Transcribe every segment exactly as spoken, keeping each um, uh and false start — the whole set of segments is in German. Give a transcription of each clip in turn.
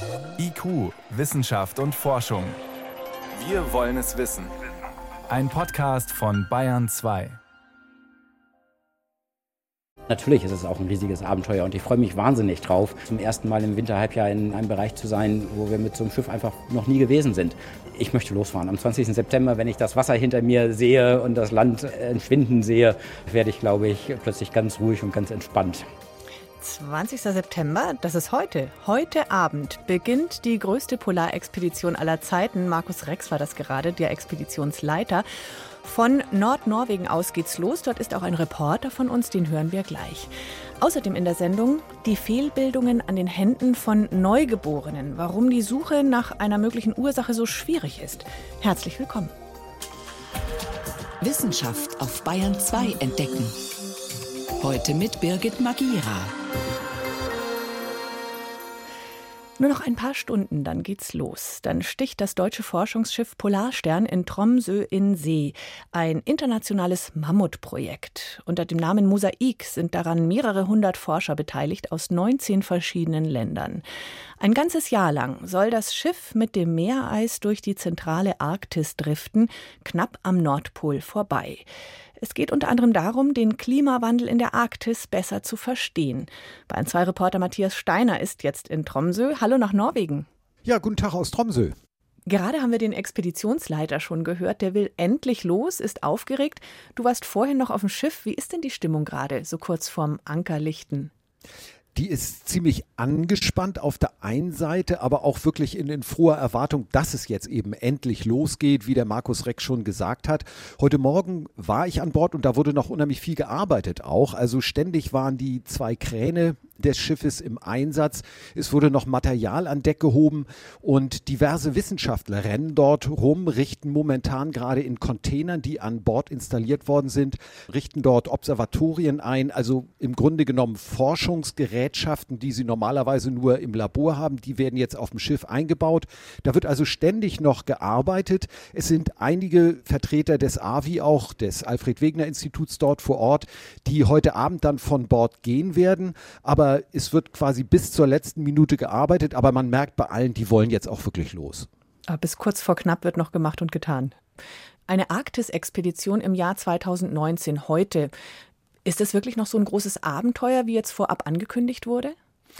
I Q, Wissenschaft und Forschung. Wir wollen es wissen. Ein Podcast von Bayern zwei. Natürlich ist es auch ein riesiges Abenteuer und ich freue mich wahnsinnig drauf, zum ersten Mal im Winterhalbjahr in einem Bereich zu sein, wo wir mit so einem Schiff einfach noch nie gewesen sind. Ich möchte losfahren. Am zwanzigsten September, wenn ich das Wasser hinter mir sehe und das Land entschwinden sehe, werde ich, glaube ich, plötzlich ganz ruhig und ganz entspannt. zwanzigsten September, das ist heute. Heute Abend beginnt die größte Polarexpedition aller Zeiten. Markus Rex war das gerade, der Expeditionsleiter. Von Nordnorwegen aus geht's los. Dort ist auch ein Reporter von uns, den hören wir gleich. Außerdem in der Sendung die Fehlbildungen an den Händen von Neugeborenen. Warum die Suche nach einer möglichen Ursache so schwierig ist. Herzlich willkommen. Wissenschaft auf Bayern zwei entdecken. Heute mit Birgit Magira. Nur noch ein paar Stunden, dann geht's los. Dann sticht das deutsche Forschungsschiff Polarstern in Tromsø in See. Ein internationales Mammutprojekt. Unter dem Namen Mosaik sind daran mehrere hundert Forscher beteiligt aus neunzehn verschiedenen Ländern. Ein ganzes Jahr lang soll das Schiff mit dem Meereis durch die zentrale Arktis driften, knapp am Nordpol vorbei. Es geht unter anderem darum, den Klimawandel in der Arktis besser zu verstehen. Bayern zwei Reporter Matthias Steiner ist jetzt in Tromsø. Hallo nach Norwegen. Ja, guten Tag aus Tromsø. Gerade haben wir den Expeditionsleiter schon gehört. Der will endlich los, ist aufgeregt. Du warst vorhin noch auf dem Schiff. Wie ist denn die Stimmung gerade, so kurz vorm Ankerlichten? Die ist ziemlich angespannt auf der einen Seite, aber auch wirklich in, in froher Erwartung, dass es jetzt eben endlich losgeht, wie der Markus Reck schon gesagt hat. Heute Morgen war ich an Bord und da wurde noch unheimlich viel gearbeitet auch. Also ständig waren die zwei Kräne des Schiffes im Einsatz. Es wurde noch Material an Deck gehoben und diverse Wissenschaftler rennen dort rum, richten momentan gerade in Containern, die an Bord installiert worden sind, richten dort Observatorien ein, also im Grunde genommen Forschungsgerätschaften, die sie normalerweise nur im Labor haben, die werden jetzt auf dem Schiff eingebaut. Da wird also ständig noch gearbeitet. Es sind einige Vertreter des A V I, auch des Alfred-Wegener-Instituts dort vor Ort, die heute Abend dann von Bord gehen werden, aber es wird quasi bis zur letzten Minute gearbeitet, aber man merkt bei allen, die wollen jetzt auch wirklich los. Aber bis kurz vor knapp wird noch gemacht und getan. Eine Arktis-Expedition im Jahr zweitausendneunzehn, heute. Ist es wirklich noch so ein großes Abenteuer, wie jetzt vorab angekündigt wurde?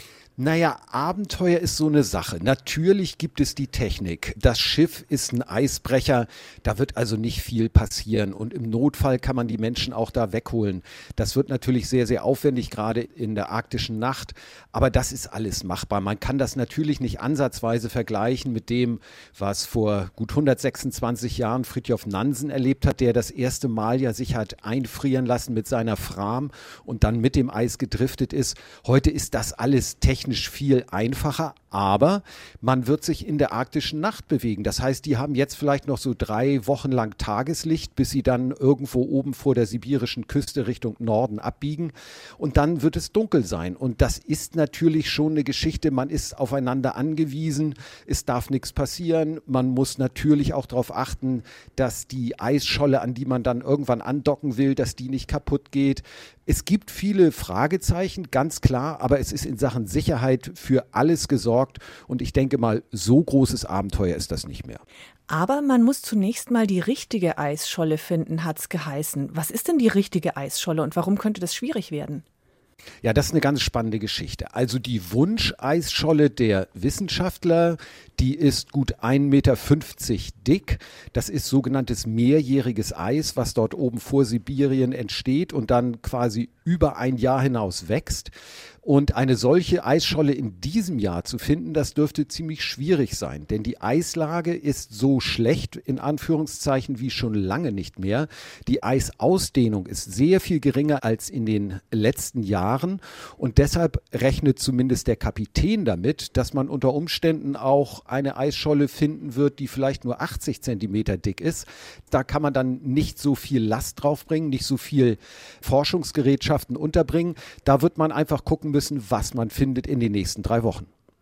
Naja, Abenteuer ist so eine Sache. Natürlich gibt es die Technik. Das Schiff ist ein Eisbrecher, da wird also nicht viel passieren und im Notfall kann man die Menschen auch da wegholen. Das wird natürlich sehr, sehr aufwendig, gerade in der arktischen Nacht, aber das ist alles machbar. Man kann das natürlich nicht ansatzweise vergleichen mit dem, was vor gut hundertsechsundzwanzig Jahren Fridtjof Nansen erlebt hat, der das erste Mal ja sich hat einfrieren lassen mit seiner Fram und dann mit dem Eis gedriftet ist. Heute ist das alles technisch viel einfacher, aber man wird sich in der arktischen Nacht bewegen. Das heißt, die haben jetzt vielleicht noch so drei Wochen lang Tageslicht, bis sie dann irgendwo oben vor der sibirischen Küste Richtung Norden abbiegen und dann wird es dunkel sein. Und das ist natürlich schon eine Geschichte, man ist aufeinander angewiesen, es darf nichts passieren, man muss natürlich auch darauf achten, dass die Eisscholle, an die man dann irgendwann andocken will, dass die nicht kaputt geht. Es gibt viele Fragezeichen, ganz klar, aber es ist in Sachen Sicherheit für alles gesorgt und ich denke mal, so großes Abenteuer ist das nicht mehr. Aber man muss zunächst mal die richtige Eisscholle finden, hat's geheißen. Was ist denn die richtige Eisscholle und warum könnte das schwierig werden? Ja, das ist eine ganz spannende Geschichte. Also die Wunscheisscholle der Wissenschaftler, die ist gut ein Meter fünfzig dick. Das ist sogenanntes mehrjähriges Eis, was dort oben vor Sibirien entsteht und dann quasi über ein Jahr hinaus wächst. Und eine solche Eisscholle in diesem Jahr zu finden, das dürfte ziemlich schwierig sein. Denn die Eislage ist so schlecht, in Anführungszeichen, wie schon lange nicht mehr. Die Eisausdehnung ist sehr viel geringer als in den letzten Jahren. Und deshalb rechnet zumindest der Kapitän damit, dass man unter Umständen auch eine Eisscholle finden wird, die vielleicht nur achtzig Zentimeter dick ist. Da kann man dann nicht so viel Last draufbringen, nicht so viel Forschungsgerätschaften unterbringen. Da wird man einfach gucken müssen, was man findet in den nächsten drei Wochen.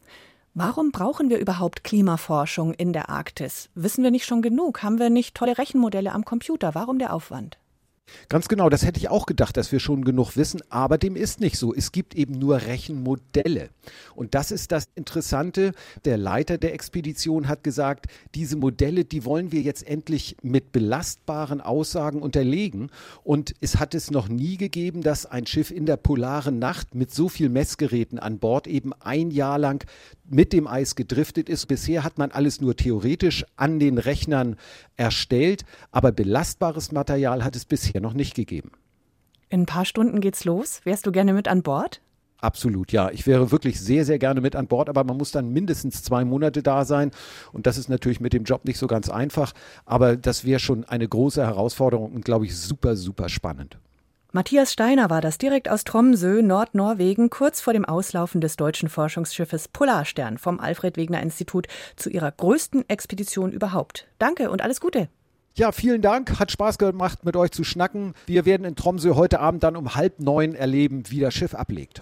Warum brauchen wir überhaupt Klimaforschung in der Arktis? Wissen wir nicht schon genug? Haben wir nicht tolle Rechenmodelle am Computer? Warum der Aufwand? Ganz genau, das hätte ich auch gedacht, dass wir schon genug wissen, aber dem ist nicht so. Es gibt eben nur Rechenmodelle. Und das ist das Interessante. Der Leiter der Expedition hat gesagt, diese Modelle, die wollen wir jetzt endlich mit belastbaren Aussagen unterlegen. Und es hat es noch nie gegeben, dass ein Schiff in der polaren Nacht mit so viel Messgeräten an Bord eben ein Jahr lang mit dem Eis gedriftet ist. Bisher hat man alles nur theoretisch an den Rechnern erstellt, aber belastbares Material hat es bisher noch nicht gegeben. In ein paar Stunden geht's los. Wärst du gerne mit an Bord? Absolut, ja. Ich wäre wirklich sehr, sehr gerne mit an Bord, aber man muss dann mindestens zwei Monate da sein. Und das ist natürlich mit dem Job nicht so ganz einfach. Aber das wäre schon eine große Herausforderung und, glaube ich, super, super spannend. Matthias Steiner war das direkt aus Tromsø, Nordnorwegen, kurz vor dem Auslaufen des deutschen Forschungsschiffes Polarstern vom Alfred-Wegener-Institut zu ihrer größten Expedition überhaupt. Danke und alles Gute. Ja, vielen Dank. Hat Spaß gemacht, mit euch zu schnacken. Wir werden in Tromsø heute Abend dann um halb neun erleben, wie das Schiff ablegt.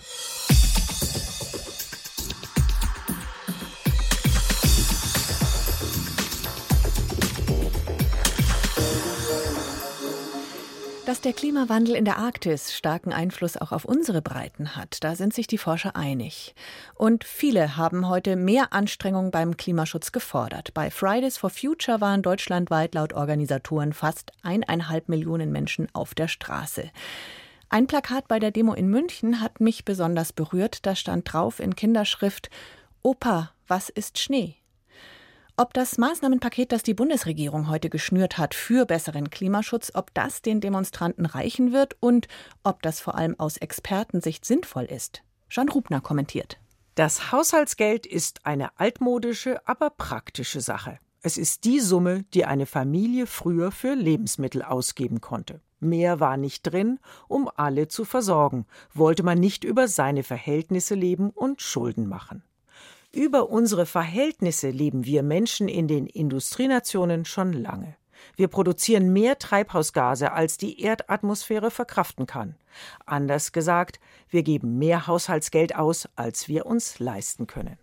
Dass der Klimawandel in der Arktis starken Einfluss auch auf unsere Breiten hat, da sind sich die Forscher einig. Und viele haben heute mehr Anstrengungen beim Klimaschutz gefordert. Bei Fridays for Future waren deutschlandweit laut Organisatoren fast eineinhalb Millionen Menschen auf der Straße. Ein Plakat bei der Demo in München hat mich besonders berührt. Da stand drauf in Kinderschrift: Opa, was ist Schnee? Ob das Maßnahmenpaket, das die Bundesregierung heute geschnürt hat für besseren Klimaschutz, ob das den Demonstranten reichen wird und ob das vor allem aus Expertensicht sinnvoll ist. Jean Rubner kommentiert. Das Haushaltsgeld ist eine altmodische, aber praktische Sache. Es ist die Summe, die eine Familie früher für Lebensmittel ausgeben konnte. Mehr war nicht drin, um alle zu versorgen, wollte man nicht über seine Verhältnisse leben und Schulden machen. Über unsere Verhältnisse leben wir Menschen in den Industrienationen schon lange. Wir produzieren mehr Treibhausgase, als die Erdatmosphäre verkraften kann. Anders gesagt, wir geben mehr Haushaltsgeld aus, als wir uns leisten können.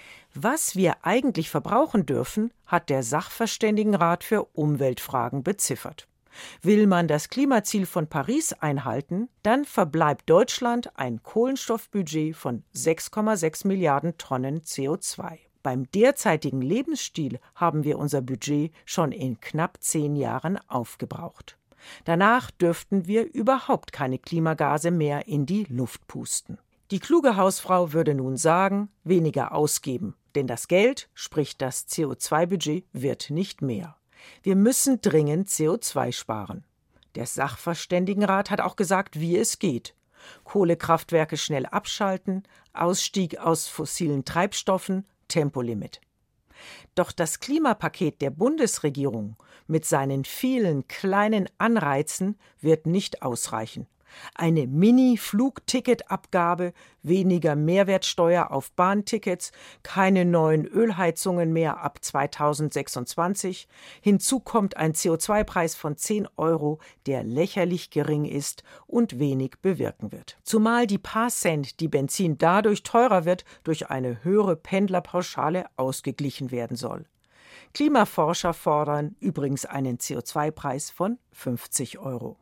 Was wir eigentlich verbrauchen dürfen, hat der Sachverständigenrat für Umweltfragen beziffert. Will man das Klimaziel von Paris einhalten, dann verbleibt Deutschland ein Kohlenstoffbudget von sechs Komma sechs Milliarden Tonnen C O zwei. Beim derzeitigen Lebensstil haben wir unser Budget schon in knapp zehn Jahren aufgebraucht. Danach dürften wir überhaupt keine Klimagase mehr in die Luft pusten. Die kluge Hausfrau würde nun sagen, weniger ausgeben, denn das Geld, sprich das C O zwei Budget, wird nicht mehr. Wir müssen dringend C O zwei sparen. Der Sachverständigenrat hat auch gesagt, wie es geht. Kohlekraftwerke schnell abschalten, Ausstieg aus fossilen Treibstoffen, Tempolimit. Doch das Klimapaket der Bundesregierung mit seinen vielen kleinen Anreizen wird nicht ausreichen. Eine Mini-Flugticketabgabe, weniger Mehrwertsteuer auf Bahntickets, keine neuen Ölheizungen mehr ab zweitausendsechsundzwanzig. Hinzu kommt ein C O zwei Preis von zehn Euro, der lächerlich gering ist und wenig bewirken wird. Zumal die paar Cent, die Benzin dadurch teurer wird, durch eine höhere Pendlerpauschale ausgeglichen werden soll. Klimaforscher fordern übrigens einen C O zwei Preis von fünfzig Euro.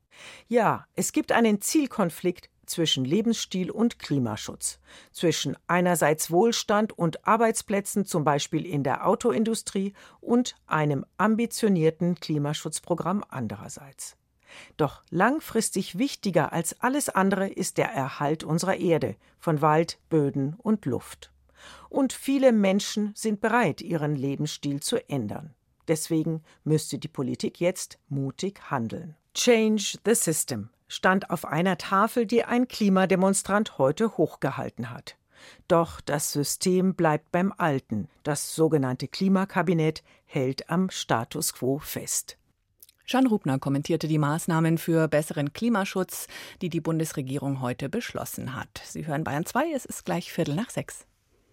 Ja, es gibt einen Zielkonflikt zwischen Lebensstil und Klimaschutz, zwischen einerseits Wohlstand und Arbeitsplätzen, zum Beispiel in der Autoindustrie, und einem ambitionierten Klimaschutzprogramm andererseits. Doch langfristig wichtiger als alles andere ist der Erhalt unserer Erde, von Wald, Böden und Luft. Und viele Menschen sind bereit, ihren Lebensstil zu ändern. Deswegen müsste die Politik jetzt mutig handeln. Change the System stand auf einer Tafel, die ein Klimademonstrant heute hochgehalten hat. Doch das System bleibt beim Alten. Das sogenannte Klimakabinett hält am Status quo fest. Jean Rubner kommentierte die Maßnahmen für besseren Klimaschutz, die die Bundesregierung heute beschlossen hat. Sie hören Bayern zwei, es ist gleich Viertel nach sechs.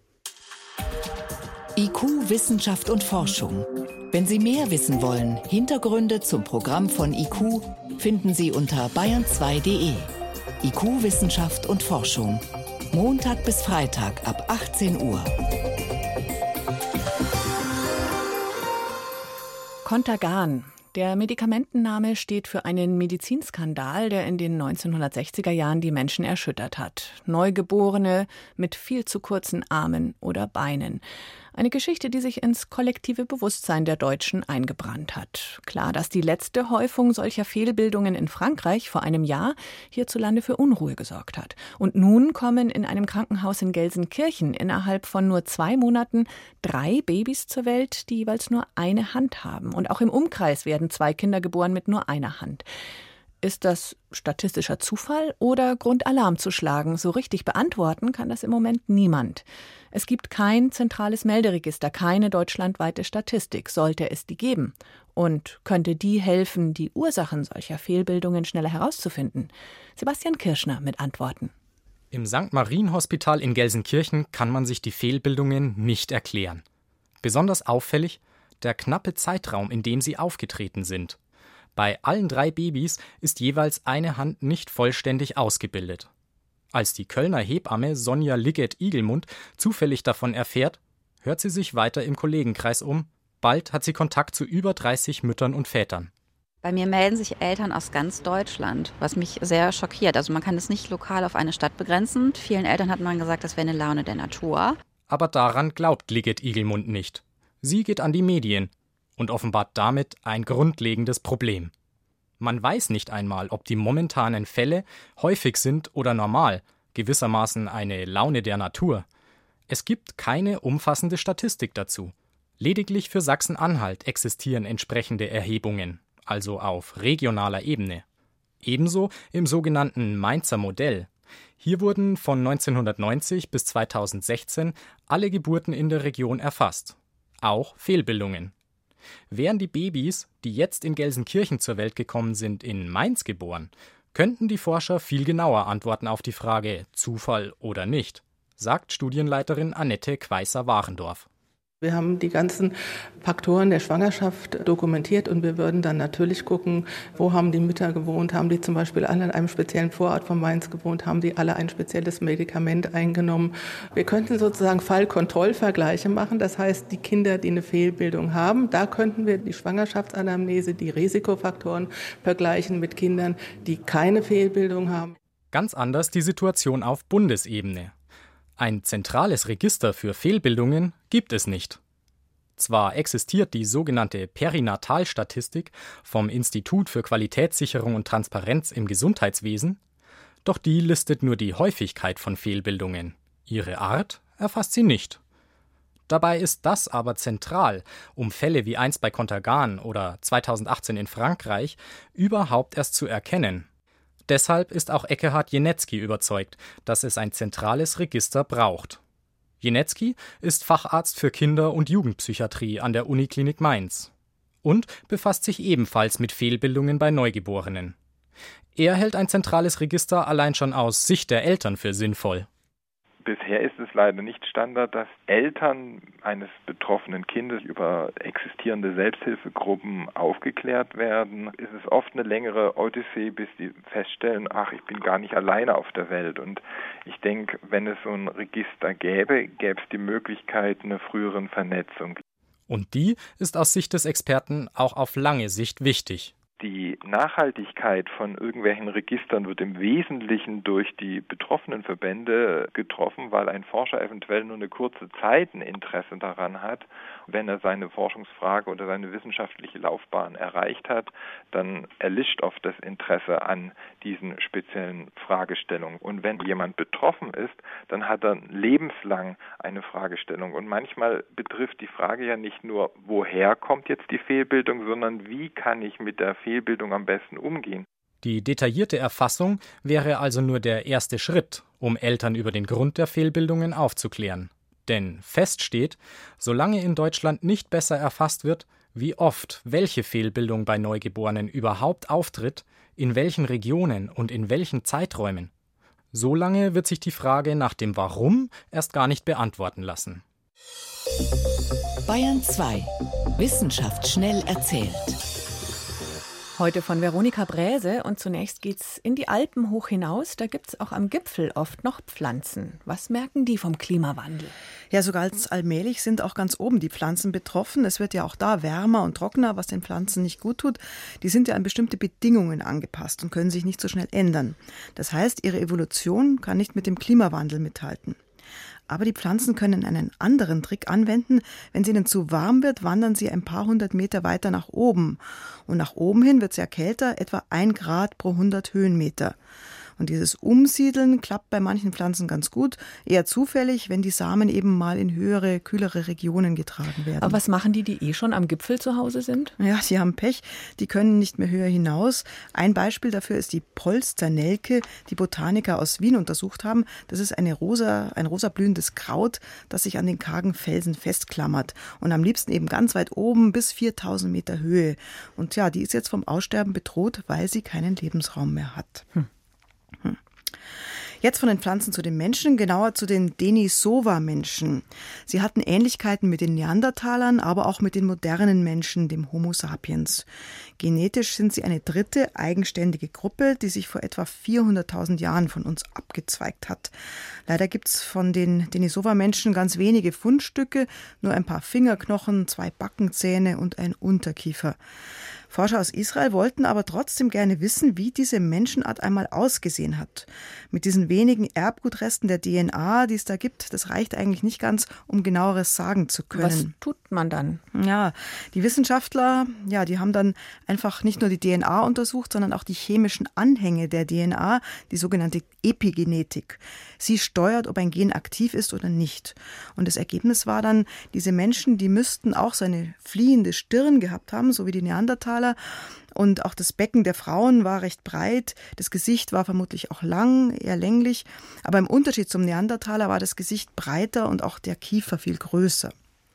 I Q, Wissenschaft und Forschung. Wenn Sie mehr wissen wollen, Hintergründe zum Programm von I Q finden Sie unter bayern zwei punkt de. I Q, Wissenschaft und Forschung. Montag bis Freitag ab achtzehn Uhr. Contergan. Der Medikamentenname steht für einen Medizinskandal, der in den neunzehnhundertsechziger Jahren die Menschen erschüttert hat. Neugeborene mit viel zu kurzen Armen oder Beinen. Eine Geschichte, die sich ins kollektive Bewusstsein der Deutschen eingebrannt hat. Klar, dass die letzte Häufung solcher Fehlbildungen in Frankreich vor einem Jahr hierzulande für Unruhe gesorgt hat. Und nun kommen in einem Krankenhaus in Gelsenkirchen innerhalb von nur zwei Monaten drei Babys zur Welt, die jeweils nur eine Hand haben. Und auch im Umkreis werden zwei Kinder geboren mit nur einer Hand. Ist das statistischer Zufall oder Grund, Alarm zu schlagen? So richtig beantworten kann das im Moment niemand. Es gibt kein zentrales Melderegister, keine deutschlandweite Statistik, sollte es die geben. Und könnte die helfen, die Ursachen solcher Fehlbildungen schneller herauszufinden? Sebastian Kirschner mit Antworten. Im Sankt Marien-Hospital in Gelsenkirchen kann man sich die Fehlbildungen nicht erklären. Besonders auffällig der knappe Zeitraum, in dem sie aufgetreten sind. Bei allen drei Babys ist jeweils eine Hand nicht vollständig ausgebildet. Als die Kölner Hebamme Sonja Liggett-Igelmund zufällig davon erfährt, hört sie sich weiter im Kollegenkreis um. Bald hat sie Kontakt zu über dreißig Müttern und Vätern. Bei mir melden sich Eltern aus ganz Deutschland, was mich sehr schockiert. Also man kann es nicht lokal auf eine Stadt begrenzen. Vielen Eltern hat man gesagt, das wäre eine Laune der Natur. Aber daran glaubt Liggett-Igelmund nicht. Sie geht an die Medien und offenbart damit ein grundlegendes Problem. Man weiß nicht einmal, ob die momentanen Fälle häufig sind oder normal, gewissermaßen eine Laune der Natur. Es gibt keine umfassende Statistik dazu. Lediglich für Sachsen-Anhalt existieren entsprechende Erhebungen, also auf regionaler Ebene. Ebenso im sogenannten Mainzer Modell. Hier wurden von neunzehnhundertneunzig bis zweitausendsechzehn alle Geburten in der Region erfasst. Auch Fehlbildungen. Wären die Babys, die jetzt in Gelsenkirchen zur Welt gekommen sind, in Mainz geboren, könnten die Forscher viel genauer antworten auf die Frage Zufall oder nicht, sagt Studienleiterin Annette Queißer-Warendorf. Wir haben die ganzen Faktoren der Schwangerschaft dokumentiert und wir würden dann natürlich gucken, wo haben die Mütter gewohnt, haben die zum Beispiel alle in einem speziellen Vorort von Mainz gewohnt, haben die alle ein spezielles Medikament eingenommen. Wir könnten sozusagen Fallkontrollvergleiche machen, das heißt, die Kinder, die eine Fehlbildung haben, da könnten wir die Schwangerschaftsanamnese, die Risikofaktoren vergleichen mit Kindern, die keine Fehlbildung haben. Ganz anders die Situation auf Bundesebene. Ein zentrales Register für Fehlbildungen gibt es nicht. Zwar existiert die sogenannte Perinatalstatistik vom Institut für Qualitätssicherung und Transparenz im Gesundheitswesen, doch die listet nur die Häufigkeit von Fehlbildungen. Ihre Art erfasst sie nicht. Dabei ist das aber zentral, um Fälle wie einst bei Contergan oder zweitausendachtzehn in Frankreich überhaupt erst zu erkennen. Deshalb ist auch Ekkehard Jenetzky überzeugt, dass es ein zentrales Register braucht. Jenetzky ist Facharzt für Kinder- und Jugendpsychiatrie an der Uniklinik Mainz und befasst sich ebenfalls mit Fehlbildungen bei Neugeborenen. Er hält ein zentrales Register allein schon aus Sicht der Eltern für sinnvoll. Bisher ist es leider nicht Standard, dass Eltern eines betroffenen Kindes über existierende Selbsthilfegruppen aufgeklärt werden. Es ist oft eine längere Odyssee, bis die feststellen, ach, ich bin gar nicht alleine auf der Welt. Und ich denke, wenn es so ein Register gäbe, gäbe es die Möglichkeit einer früheren Vernetzung. Und die ist aus Sicht des Experten auch auf lange Sicht wichtig. Die Nachhaltigkeit von irgendwelchen Registern wird im Wesentlichen durch die betroffenen Verbände getroffen, weil ein Forscher eventuell nur eine kurze Zeit ein Interesse daran hat. Wenn er seine Forschungsfrage oder seine wissenschaftliche Laufbahn erreicht hat, dann erlischt oft das Interesse an diesen speziellen Fragestellungen. Und wenn jemand betroffen ist, dann hat er lebenslang eine Fragestellung. Und manchmal betrifft die Frage ja nicht nur, woher kommt jetzt die Fehlbildung, sondern wie kann ich mit der Fehlbildung am besten umgehen. Die detaillierte Erfassung wäre also nur der erste Schritt, um Eltern über den Grund der Fehlbildungen aufzuklären. Denn fest steht, solange in Deutschland nicht besser erfasst wird, wie oft welche Fehlbildung bei Neugeborenen überhaupt auftritt, in welchen Regionen und in welchen Zeiträumen, solange wird sich die Frage nach dem Warum erst gar nicht beantworten lassen. Bayern zwei. Wissenschaft schnell erzählt. Heute von Veronika Bräse und zunächst geht's in die Alpen hoch hinaus. Da gibt's auch am Gipfel oft noch Pflanzen. Was merken die vom Klimawandel? Ja, so ganz allmählich sind auch ganz oben die Pflanzen betroffen. Es wird ja auch da wärmer und trockener, was den Pflanzen nicht gut tut. Die sind ja an bestimmte Bedingungen angepasst und können sich nicht so schnell ändern. Das heißt, ihre Evolution kann nicht mit dem Klimawandel mithalten. Aber die Pflanzen können einen anderen Trick anwenden. Wenn es ihnen zu warm wird, wandern sie ein paar hundert Meter weiter nach oben. Und nach oben hin wird es ja kälter, etwa ein Grad pro hundert Höhenmeter. Und dieses Umsiedeln klappt bei manchen Pflanzen ganz gut, eher zufällig, wenn die Samen eben mal in höhere, kühlere Regionen getragen werden. Aber was machen die, die eh schon am Gipfel zu Hause sind? Ja, sie haben Pech, die können nicht mehr höher hinaus. Ein Beispiel dafür ist die Polsternelke, die Botaniker aus Wien untersucht haben. Das ist eine rosa, ein rosa blühendes Kraut, das sich an den kargen Felsen festklammert. Und am liebsten eben ganz weit oben bis viertausend Meter Höhe. Und ja, die ist jetzt vom Aussterben bedroht, weil sie keinen Lebensraum mehr hat. Hm. Hm. Jetzt von den Pflanzen zu den Menschen, genauer zu den Denisova-Menschen. Sie hatten Ähnlichkeiten mit den Neandertalern, aber auch mit den modernen Menschen, dem Homo sapiens. Genetisch sind sie eine dritte, eigenständige Gruppe, die sich vor etwa vierhunderttausend Jahren von uns abgezweigt hat. Leider gibt es von den Denisova-Menschen ganz wenige Fundstücke, nur ein paar Fingerknochen, zwei Backenzähne und ein Unterkiefer. Forscher aus Israel wollten aber trotzdem gerne wissen, wie diese Menschenart einmal ausgesehen hat. Mit diesen wenigen Erbgutresten der D N A, die es da gibt, das reicht eigentlich nicht ganz, um genaueres sagen zu können. Was tut man dann? Ja, die Wissenschaftler, ja, die haben dann einfach nicht nur die D N A untersucht, sondern auch die chemischen Anhänge der D N A, die sogenannte Epigenetik. Sie steuert, ob ein Gen aktiv ist oder nicht. Und das Ergebnis war dann, diese Menschen, die müssten auch so eine fliehende Stirn gehabt haben, so wie die Neandertaler. Und auch das Becken der Frauen war recht breit, das Gesicht war vermutlich auch lang, eher länglich. Aber im Unterschied zum Neandertaler war das Gesicht breiter und auch der Kiefer viel größer.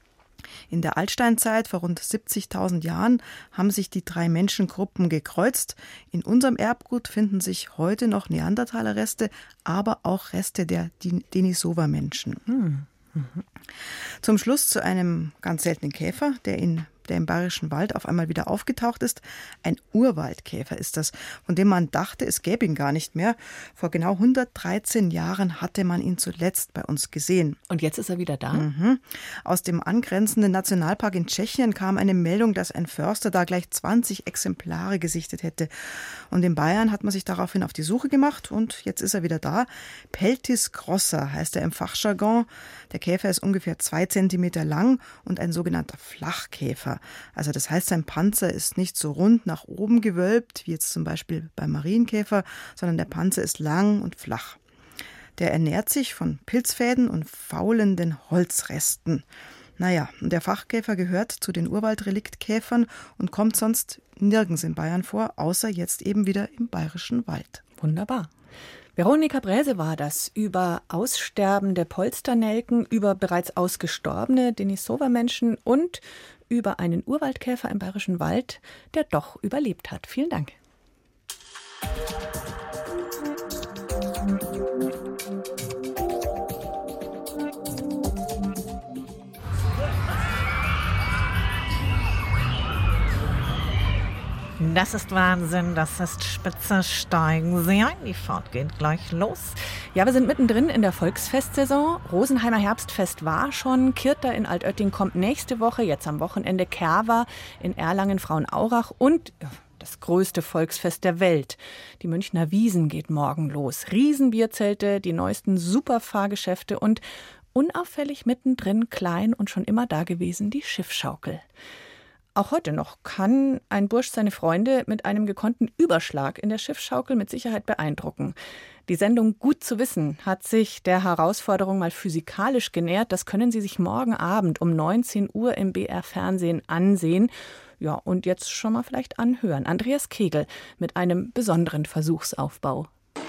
In der Altsteinzeit vor rund siebzigtausend Jahren haben sich die drei Menschengruppen gekreuzt. In unserem Erbgut finden sich heute noch Neandertaler-Reste, aber auch Reste der Denisova-Menschen. Hm. Mhm. Zum Schluss zu einem ganz seltenen Käfer, der in der im Bayerischen Wald auf einmal wieder aufgetaucht ist. Ein Urwaldkäfer ist das, von dem man dachte, es gäbe ihn gar nicht mehr. Vor genau hundertdreizehn Jahren hatte man ihn zuletzt bei uns gesehen. Und jetzt ist er wieder da? Mhm. Aus dem angrenzenden Nationalpark in Tschechien kam eine Meldung, dass ein Förster da gleich zwanzig Exemplare gesichtet hätte. Und in Bayern hat man sich daraufhin auf die Suche gemacht und jetzt ist er wieder da. Peltis crosser heißt er im Fachjargon. Der Käfer ist ungefähr zwei Zentimeter lang und ein sogenannter Flachkäfer. Also das heißt, sein Panzer ist nicht so rund nach oben gewölbt, wie jetzt zum Beispiel beim Marienkäfer, sondern der Panzer ist lang und flach. Der ernährt sich von Pilzfäden und faulenden Holzresten. Naja, der Fachkäfer gehört zu den Urwaldreliktkäfern und kommt sonst nirgends in Bayern vor, außer jetzt eben wieder im Bayerischen Wald. Wunderbar. Veronika Bräse war das über aussterbende Polsternelken, über bereits ausgestorbene Denisova-Menschen und über einen Urwaldkäfer im Bayerischen Wald, der doch überlebt hat. Vielen Dank. Das ist Wahnsinn, das ist spitze, steigen Sie ein, die Fahrt geht gleich los. Ja, wir sind mittendrin in der Volksfestsaison. Rosenheimer Herbstfest war schon, Kirta in Altötting kommt nächste Woche, jetzt am Wochenende Kerwa in Erlangen, Frauenaurach und das größte Volksfest der Welt. Die Münchner Wiesn geht morgen los. Riesenbierzelte, die neuesten Superfahrgeschäfte und unauffällig mittendrin klein und schon immer dagewesen die Schiffschaukel. Auch heute noch kann ein Bursch seine Freunde mit einem gekonnten Überschlag in der Schiffschaukel mit Sicherheit beeindrucken. Die Sendung Gut zu wissen hat sich der Herausforderung mal physikalisch genähert. Das können Sie sich morgen Abend um neunzehn Uhr im B R-Fernsehen ansehen. Ja, und jetzt schon mal vielleicht anhören. Andreas Kegel mit einem besonderen Versuchsaufbau.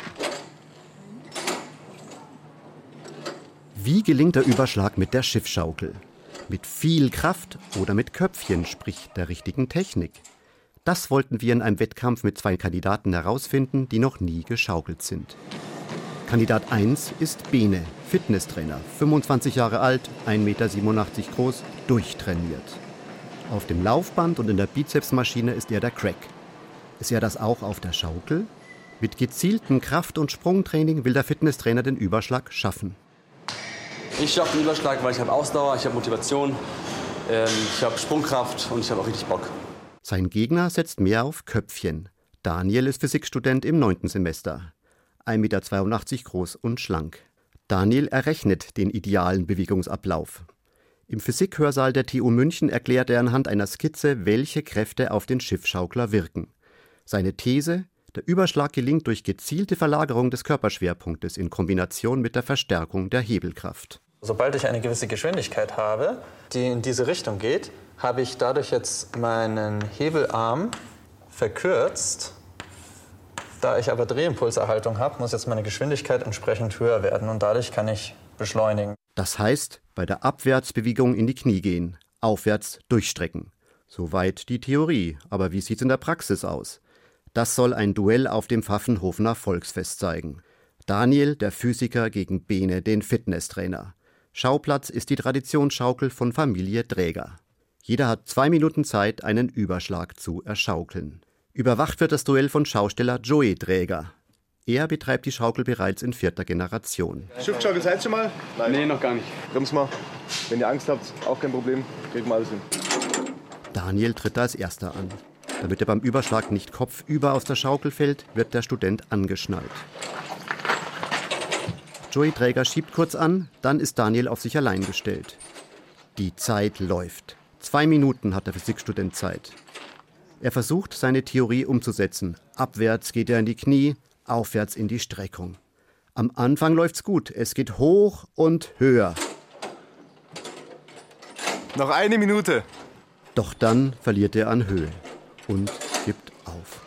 Wie gelingt der Überschlag mit der Schiffschaukel? Mit viel Kraft oder mit Köpfchen, sprich der richtigen Technik? Das wollten wir in einem Wettkampf mit zwei Kandidaten herausfinden, die noch nie geschaukelt sind. Kandidat eins ist Bene, Fitnesstrainer, fünfundzwanzig Jahre alt, ein Meter siebenundachtzig groß, durchtrainiert. Auf dem Laufband und in der Bizepsmaschine ist er der Crack. Ist er das auch auf der Schaukel? Mit gezieltem Kraft- und Sprungtraining will der Fitnesstrainer den Überschlag schaffen. Ich schaffe den Überschlag, weil ich habe Ausdauer, ich habe Motivation, ähm, ich habe Sprungkraft und ich habe auch richtig Bock. Sein Gegner setzt mehr auf Köpfchen. Daniel ist Physikstudent im neunten Semester. ein Meter zweiundachtzig groß und schlank. Daniel errechnet den idealen Bewegungsablauf. Im Physikhörsaal der T U München erklärt er anhand einer Skizze, welche Kräfte auf den Schiffschaukler wirken. Seine These: Der Überschlag gelingt durch gezielte Verlagerung des Körperschwerpunktes in Kombination mit der Verstärkung der Hebelkraft. Sobald ich eine gewisse Geschwindigkeit habe, die in diese Richtung geht, habe ich dadurch jetzt meinen Hebelarm verkürzt. Da ich aber Drehimpulserhaltung habe, muss jetzt meine Geschwindigkeit entsprechend höher werden und dadurch kann ich beschleunigen. Das heißt, bei der Abwärtsbewegung in die Knie gehen, aufwärts durchstrecken. Soweit die Theorie, aber wie sieht's in der Praxis aus? Das soll ein Duell auf dem Pfaffenhofener Volksfest zeigen. Daniel, der Physiker, gegen Bene, den Fitnesstrainer. Schauplatz ist die Traditionsschaukel von Familie Dräger. Jeder hat zwei Minuten Zeit, einen Überschlag zu erschaukeln. Überwacht wird das Duell von Schausteller Joey Dräger. Er betreibt die Schaukel bereits in vierter Generation. Schiffschaukel seid ihr schon mal? Nein. Nee, noch gar nicht. Bremst mal. Wenn ihr Angst habt, auch kein Problem. Kriegen wir alles hin. Daniel tritt als Erster an. Damit er beim Überschlag nicht kopfüber aus der Schaukel fällt, wird der Student angeschnallt. Joey Dräger schiebt kurz an, dann ist Daniel auf sich allein gestellt. Die Zeit läuft. Zwei Minuten hat der Physikstudent Zeit. Er versucht, seine Theorie umzusetzen. Abwärts geht er in die Knie, aufwärts in die Streckung. Am Anfang läuft's gut. Es geht hoch und höher. Noch eine Minute. Doch dann verliert er an Höhe und gibt auf.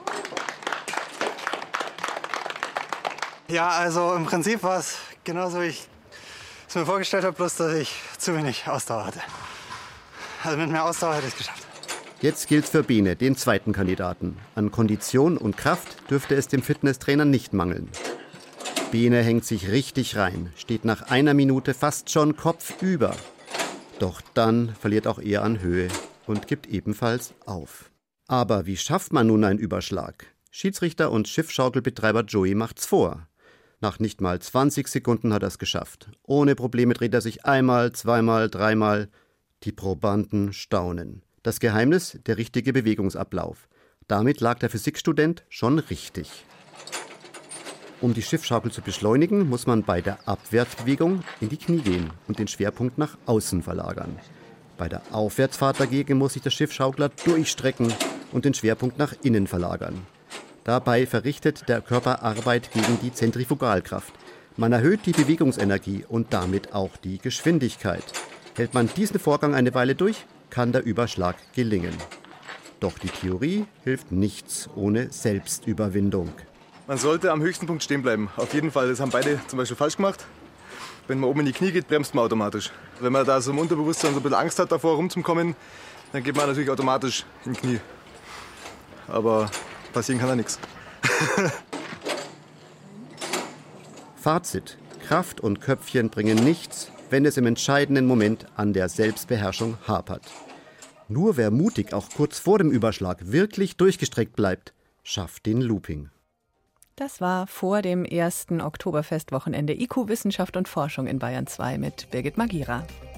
Ja, also im Prinzip war es genauso, wie ich es mir vorgestellt habe, bloß dass ich zu wenig Ausdauer hatte. Also mit mehr Ausdauer hätte ich es geschafft. Jetzt gilt's für Bene, den zweiten Kandidaten. An Kondition und Kraft dürfte es dem Fitnesstrainer nicht mangeln. Bene hängt sich richtig rein, steht nach einer Minute fast schon kopfüber. Doch dann verliert auch er an Höhe und gibt ebenfalls auf. Aber wie schafft man nun einen Überschlag? Schiedsrichter und Schiffschaukelbetreiber Joey macht's vor. Nach nicht mal zwanzig Sekunden hat er es geschafft. Ohne Probleme dreht er sich einmal, zweimal, dreimal. Die Probanden staunen. Das Geheimnis: der richtige Bewegungsablauf. Damit lag der Physikstudent schon richtig. Um die Schiffschaukel zu beschleunigen, muss man bei der Abwärtsbewegung in die Knie gehen und den Schwerpunkt nach außen verlagern. Bei der Aufwärtsfahrt dagegen muss sich der Schiffschaukler durchstrecken und den Schwerpunkt nach innen verlagern. Dabei verrichtet der Körper Arbeit gegen die Zentrifugalkraft. Man erhöht die Bewegungsenergie und damit auch die Geschwindigkeit. Hält man diesen Vorgang eine Weile durch, kann der Überschlag gelingen. Doch die Theorie hilft nichts ohne Selbstüberwindung. Man sollte am höchsten Punkt stehen bleiben. Auf jeden Fall, das haben beide zum Beispiel falsch gemacht. Wenn man oben in die Knie geht, bremst man automatisch. Wenn man da so im Unterbewusstsein so ein bisschen Angst hat, davor rumzukommen, dann geht man natürlich automatisch in die Knie. Aber passieren kann da nichts. Fazit: Kraft und Köpfchen bringen nichts, wenn es im entscheidenden Moment an der Selbstbeherrschung hapert. Nur wer mutig auch kurz vor dem Überschlag wirklich durchgestreckt bleibt, schafft den Looping. Das war vor dem ersten Oktoberfestwochenende I Q Wissenschaft und Forschung in Bayern zwei mit Birgit Magira.